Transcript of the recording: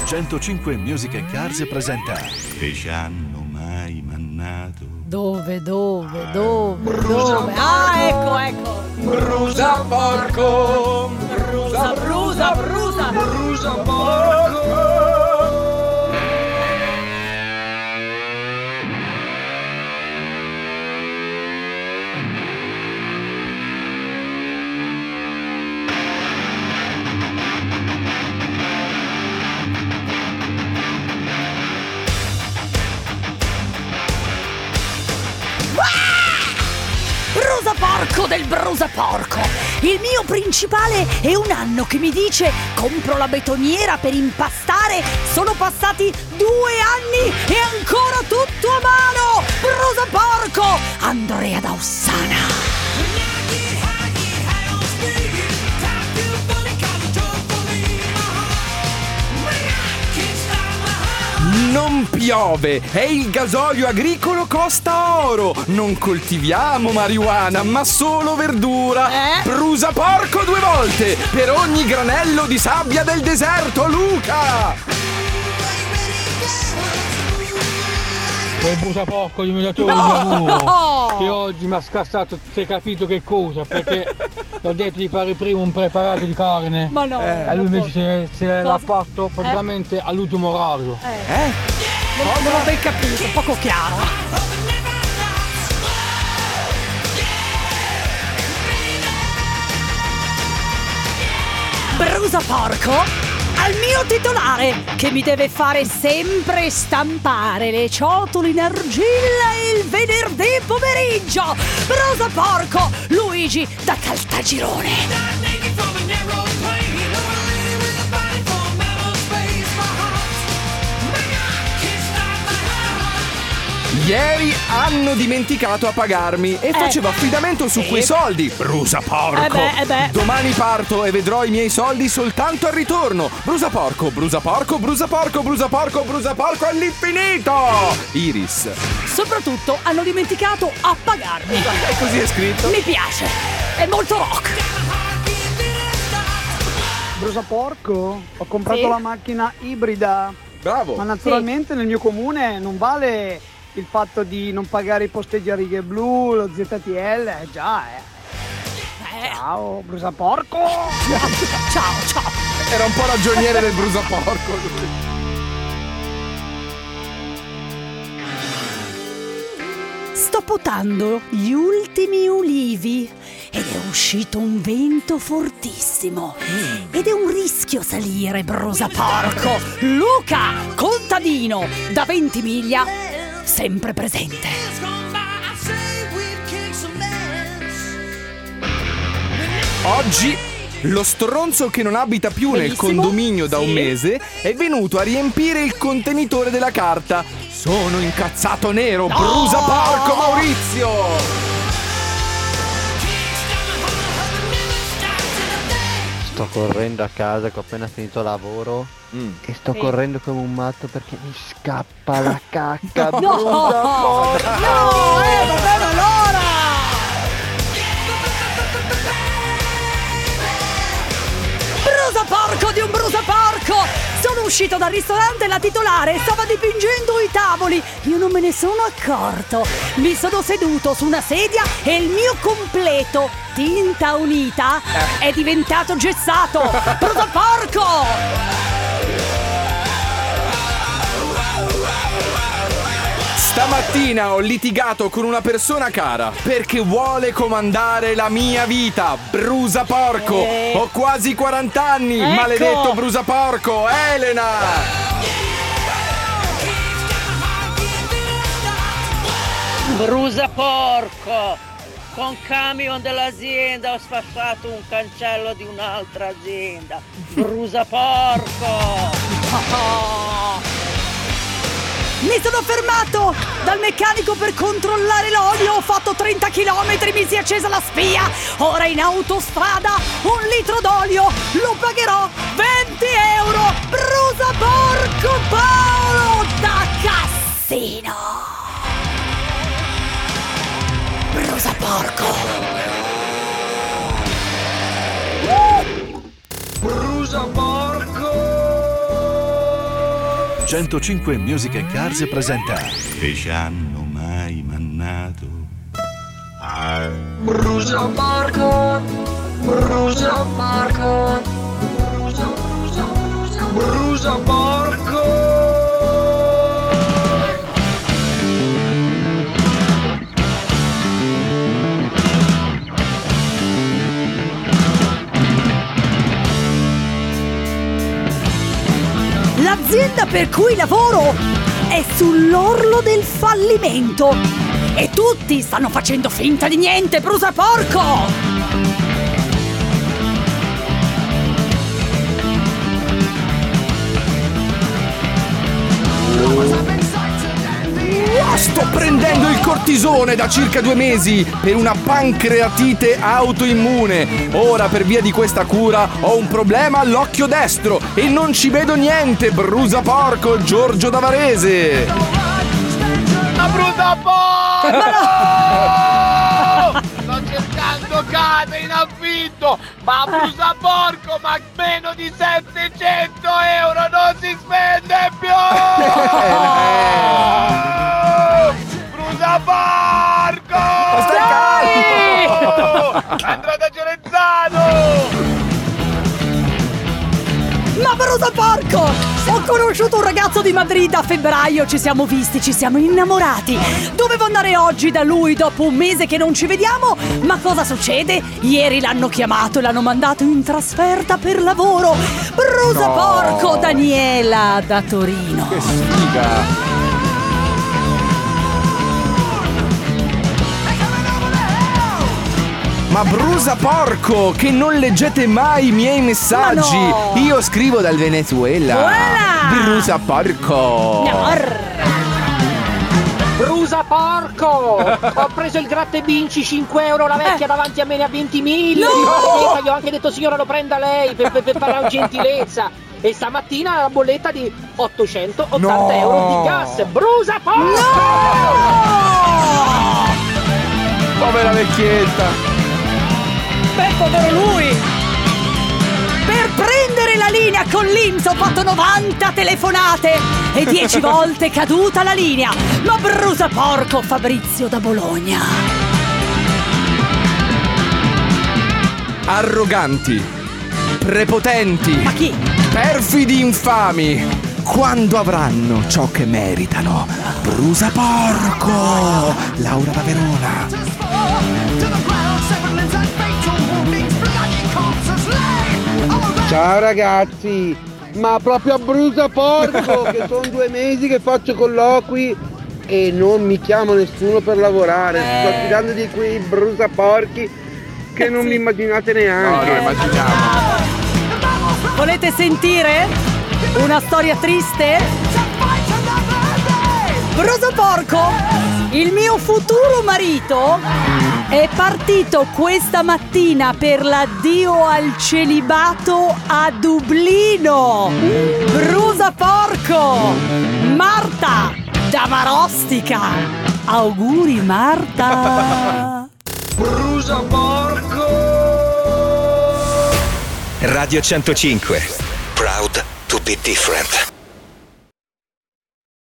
105 Music and Cars presenta Che ci hanno mai mannato? Dove? Ah, ecco. Brusa porco, Brusa porco. Brusaporco del Brusaporco! Il mio principale è un anno che mi dice: compro la betoniera per impastare. Sono passati 2 anni e ancora tutto a mano! Brusaporco! Andrea da Ossana! Non piove e il gasolio agricolo costa oro. Non coltiviamo marijuana, ma solo verdura. Brusa porco 2 volte per ogni granello di sabbia del deserto, Luca! Quel brusaporco di mediatore che oggi mi ha scassato, sei capito che cosa? Perché ho detto di fare prima un preparato di carne. Ma no! E lui invece se l'ha fatto praticamente all'ultimo orario. Non l'ho ben capito, poco chiaro. Brusaporco al mio titolare, che mi deve fare sempre stampare le ciotole in argilla il venerdì pomeriggio. Brusaporco Luigi da Caltagirone. Ieri hanno dimenticato a pagarmi e facevo affidamento su quei soldi. Brusa porco! Domani parto e vedrò i miei soldi soltanto al ritorno. Brusa porco, brusa porco, brusa porco, brusa porco, brusa porco all'infinito! Iris. Soprattutto hanno dimenticato a pagarmi. E così è scritto. Mi piace, è molto rock. Brusa porco, ho comprato Sì. la macchina ibrida. Bravo. Ma naturalmente nel mio comune non vale il fatto di non pagare i posteggi a righe blu, lo ZTL, Ciao, brusa porco! Ciao. Era un po' ragioniere del brusa porco. Sto potando gli ultimi ulivi ed è uscito un vento fortissimo ed è un rischio salire, Brusaporco. Luca, contadino da Ventimiglia, sempre presente. Oggi lo stronzo che non abita più nel Bellissimo. condominio da un Sì. mese è venuto a riempire il contenitore della carta. Sono incazzato nero, No! brusa porco Maurizio! Sto correndo a casa che ho appena finito lavoro e sto correndo come un matto perché mi scappa la cacca. No, Brusa porco! vabbè, allora! Brusaporco di un Brusaporco! Sono uscito dal ristorante e la titolare stava dipingendo i tavoli. Io non me ne sono accorto. Mi sono seduto su una sedia e il mio completo tinta unita è diventato gessato. Brusaporco! Stamattina ho litigato con una persona cara perché vuole comandare la mia vita. Brusa porco! Ho quasi 40 anni, Ecco. maledetto brusa porco! Elena! Brusa porco! Con camion dell'azienda ho sfasciato un cancello di un'altra azienda. Brusa porco! Mi sono fermato dal meccanico per controllare l'olio. Ho fatto 30 km, mi si è accesa la spia. Ora in autostrada 1 litro d'olio lo pagherò 20 euro. Brusa porco Paolo da Cassino. Brusa porco. Brusa porco! 105 Music and Cars presenta Che ci hanno mai mannato. Brusa porco, brusa porco, brusa porco. L'azienda per cui lavoro è sull'orlo del fallimento e tutti stanno facendo finta di niente, brusa porco! Sto prendendo il cortisone da circa 2 mesi per una pancreatite autoimmune. Ora per via di questa cura ho un problema all'occhio destro e non ci vedo niente, brusa porco Giorgio da Varese. Ma brusa porco! Sto cercando case in affitto, ma brusa porco, ma meno di 700 euro non si spende più! Brusa porco! Ma stai calmo! Andrò da Gerenzano! Ma brusa porco! Ho conosciuto un ragazzo di Madrid a febbraio, ci siamo visti, ci siamo innamorati. Dovevo andare oggi da lui dopo un mese che non ci vediamo, ma cosa succede? Ieri l'hanno chiamato e l'hanno mandato in trasferta per lavoro. Brusa porco Daniela da Torino. Che sfiga! Ma brusa porco, che non leggete mai i miei messaggi. No. Io scrivo dal Venezuela. Voilà. Brusa porco. Brusa porco! Ho preso il gratta e vinci 5 euro, la vecchia davanti a me ne ha 20.000. No. Gli ho anche detto signora lo prenda lei per fare gentilezza. E stamattina la bolletta di 880 euro di gas. Brusa porco! Povera vecchietta. Beh, povero lui! Per prendere la linea con l'Inps ho fatto 90 telefonate e 10 volte caduta la linea. Ma brusa porco Fabrizio da Bologna. Arroganti, prepotenti, Ma chi? perfidi infami. Quando avranno ciò che meritano? Brusa porco! Laura da Verona. Ciao ragazzi, ma proprio a brusa porco che sono 2 mesi che faccio colloqui e non mi chiama nessuno per lavorare. Sto affidando di quei brusa porchi che non mi immaginate neanche. No, lo immaginiamo. Volete sentire una storia triste? Brusa porco, il mio futuro marito è partito questa mattina per l'addio al celibato a Dublino. Brusa porco, Marta da Marostica. Auguri Marta. Brusa porco! Radio 105. Proud to be different.